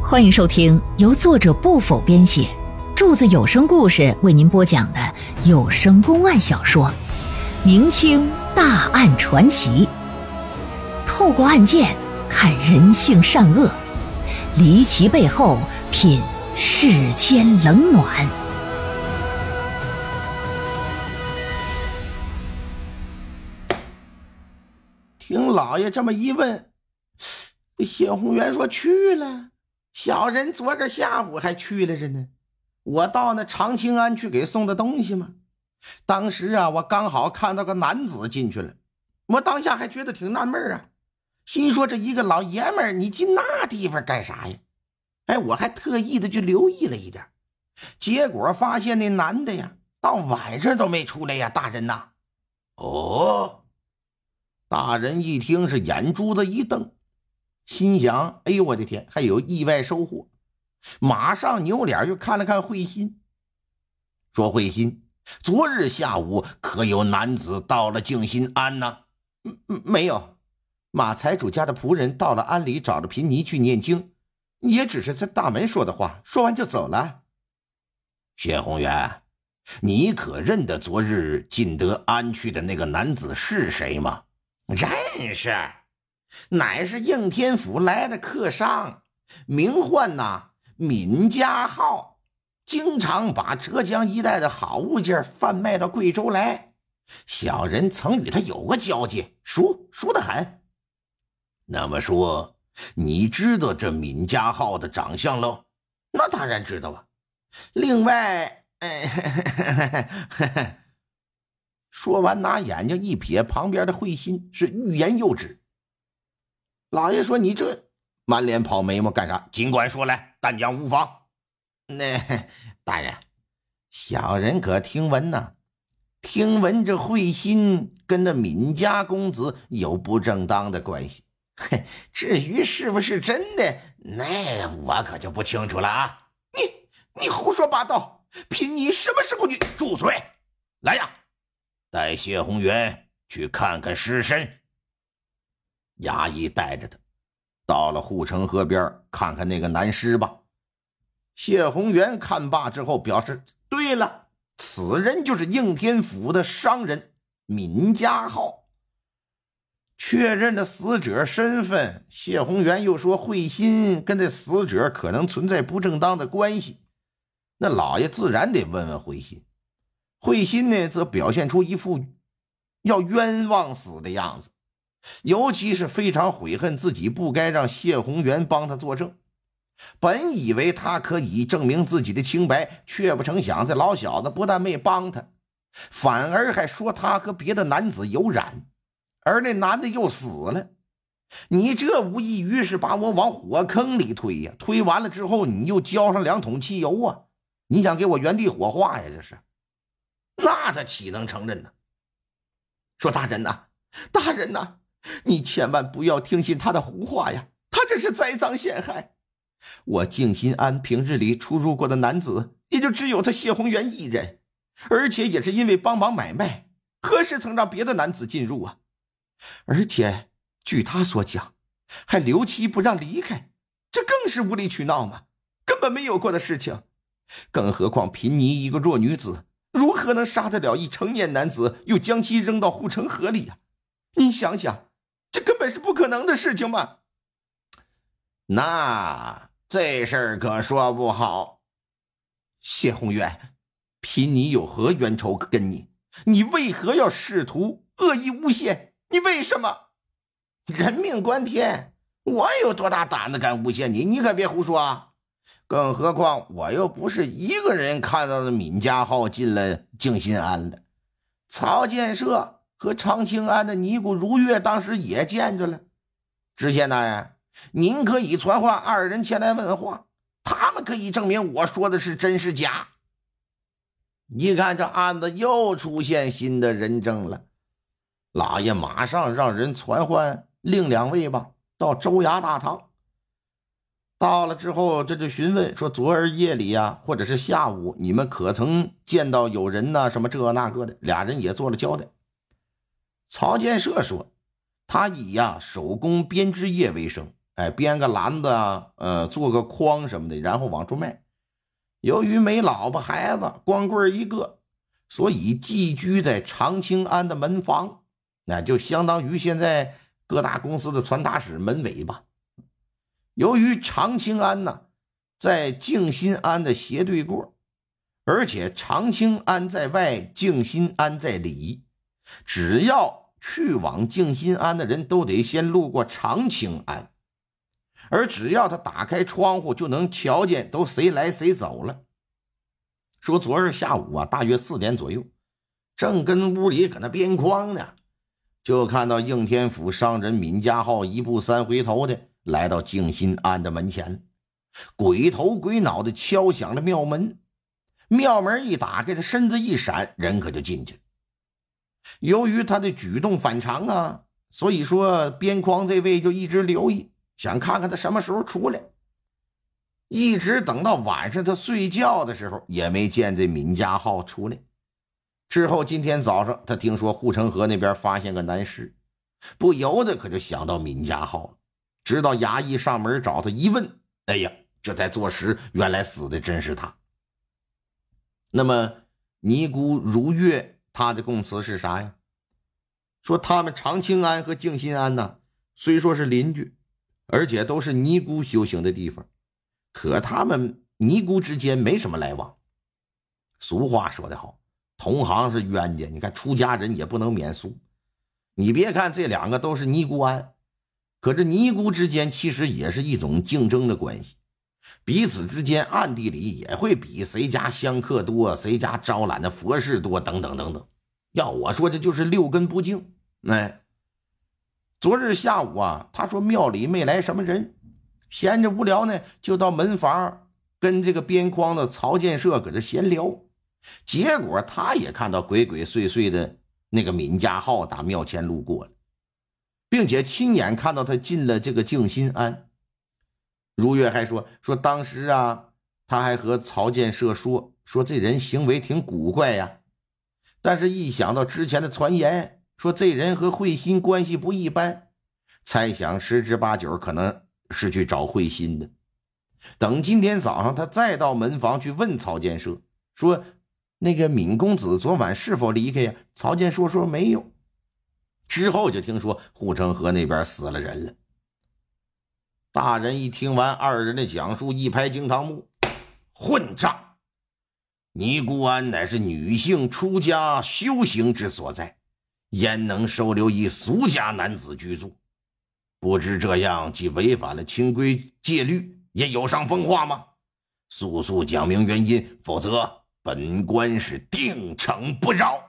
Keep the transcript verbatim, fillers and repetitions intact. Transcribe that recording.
欢迎收听由作者不否编写，柱子有声故事为您播讲的有声公案小说《明清大案传奇》，透过案件看人性善恶，离奇背后品世间冷暖。 听老爷这么一问，谢宏元说去了，小人昨个下午还去了着呢。我到那长清庵去给送的东西嘛，当时啊，我刚好看到个男子进去了，我当下还觉得挺纳闷啊，心说这一个老爷们儿，你进那地方干啥呀？哎，我还特意的去留意了一点，结果发现那男的呀，到晚上都没出来呀，大人呐。哦，大人一听是眼珠子一瞪，心想哎呦我的天，还有意外收获，马上扭脸又看了看慧心，说慧心，昨日下午可有男子到了静心庵呢？嗯嗯，没有，马财主家的仆人到了庵里找着贫尼去念经，也只是在大门说的话，说完就走了。谢宏元，你可认得昨日进得庵去的那个男子是谁吗？认识，乃是应天府来的客商，名唤呐闵家浩，经常把浙江一带的好物件贩卖到贵州来，小人曾与他有过交集，熟熟得很。那么说你知道这闵家浩的长相喽？那当然知道啊。另外哎说完拿眼睛一瞥旁边的慧心，是欲言又止。老爷说你这满脸跑眉毛干啥？尽管说来，但讲无妨。那大人，小人可听闻呐，听闻这慧心跟那闵家公子有不正当的关系。嘿，至于是不是真的，那我可就不清楚了啊！你你胡说八道！贫尼什么时候你住嘴！来呀，带谢宏元去看看尸身。衙役带着他到了护城河边，看看那个男尸吧。谢宏元看罢之后表示，对了，此人就是应天府的商人闵家浩。确认了死者身份，谢宏元又说慧心跟这死者可能存在不正当的关系，那老爷自然得问问慧心。慧心呢，则表现出一副要冤枉死的样子，尤其是非常悔恨自己不该让谢宏元帮他作证。本以为他可以证明自己的清白，却不成想这老小子不但没帮他，反而还说他和别的男子有染，而那男的又死了。你这无异于是把我往火坑里推呀，推完了之后你又浇上两桶汽油啊，你想给我原地火化呀？这是，那他岂能承认呢？说大人呐，大人呐，你千万不要听信他的胡话呀，他这是栽赃陷害。我静心庵平日里出入过的男子也就只有他谢宏元一人，而且也是因为帮忙买卖，何时曾让别的男子进入啊？而且据他所讲，还留期不让离开，这更是无理取闹嘛，根本没有过的事情。更何况贫尼一个弱女子，如何能杀得了一成年男子，又将其扔到护城河里啊？您想想，这根本是不可能的事情嘛。那这事儿可说不好。谢宏元，贫尼有何冤仇跟你？你为何要试图恶意诬陷？你为什么？人命关天，我有多大胆子敢诬陷你？你可别胡说啊！更何况我又不是一个人看到了闵家浩进了静心庵了，曹建设和长清庵的尼姑如月当时也见着了。知县大人，您可以传唤二人前来问话，他们可以证明我说的是真是假。你看这案子又出现新的人证了，老爷马上让人传唤另两位吧，到州衙大堂。到了之后，这就询问说，昨儿夜里啊，或者是下午，你们可曾见到有人呢？什么这那个的，俩人也做了交代。曹建设说，他以呀手工编织业为生， 哎，编个篮子啊，呃，做个筐什么的，然后往出卖。由于没老婆孩子，光棍一个，所以寄居在长青庵的门房，那就相当于现在各大公司的传达室门卫吧。由于长青庵呢在静心庵的斜对过，而且长青庵在外，静心庵在里，只要去往静心庵的人都得先路过长青庵，而只要他打开窗户就能瞧见都谁来谁走了。说昨日下午啊，大约四点左右，正跟屋里搁那编筐呢，就看到应天府商人闵家浩一步三回头的来到静心庵的门前，鬼头鬼脑的敲响了庙门。庙门一打开，他身子一闪，人可就进去了。由于他的举动反常啊，所以说边框这位就一直留意，想看看他什么时候出来。一直等到晚上他睡觉的时候，也没见这闵家浩出来。之后今天早上他听说护城河那边发现个男尸，不由得可就想到闵家浩了。直到衙役上门找他一问，哎呀，这才坐实原来死的真是他。那么尼姑如月他的供词是啥呀？说他们长青庵和静心庵呢，虽说是邻居，而且都是尼姑修行的地方，可他们尼姑之间没什么来往。俗话说得好，同行是冤家，你看出家人也不能免俗。你别看这两个都是尼姑庵，可这尼姑之间其实也是一种竞争的关系，彼此之间暗地里也会比谁家香客多，谁家招揽的佛事多，等等等等。要我说，这就是六根不净。哎，昨日下午啊，他说庙里没来什么人，闲着无聊呢，就到门房跟这个边框的曹建设搁这闲聊。结果他也看到鬼鬼祟祟的那个闵家浩打庙前路过了，并且亲眼看到他进了这个静心庵。如月还说说当时啊，他还和曹建设说说这人行为挺古怪呀，但是一想到之前的传言，说这人和慧心关系不一般，猜想十之八九可能是去找慧心的。等今天早上他再到门房去问曹建设，说那个闵公子昨晚是否离开呀？曹建设说没有。之后就听说护城河那边死了人了。大人一听完二人的讲述，一拍惊堂木，混账！尼姑庵乃是女性出家修行之所在，焉能收留一俗家男子居住？不知这样既违反了清规戒律，也有伤风化吗？速速讲明原因，否则本官是定惩不饶。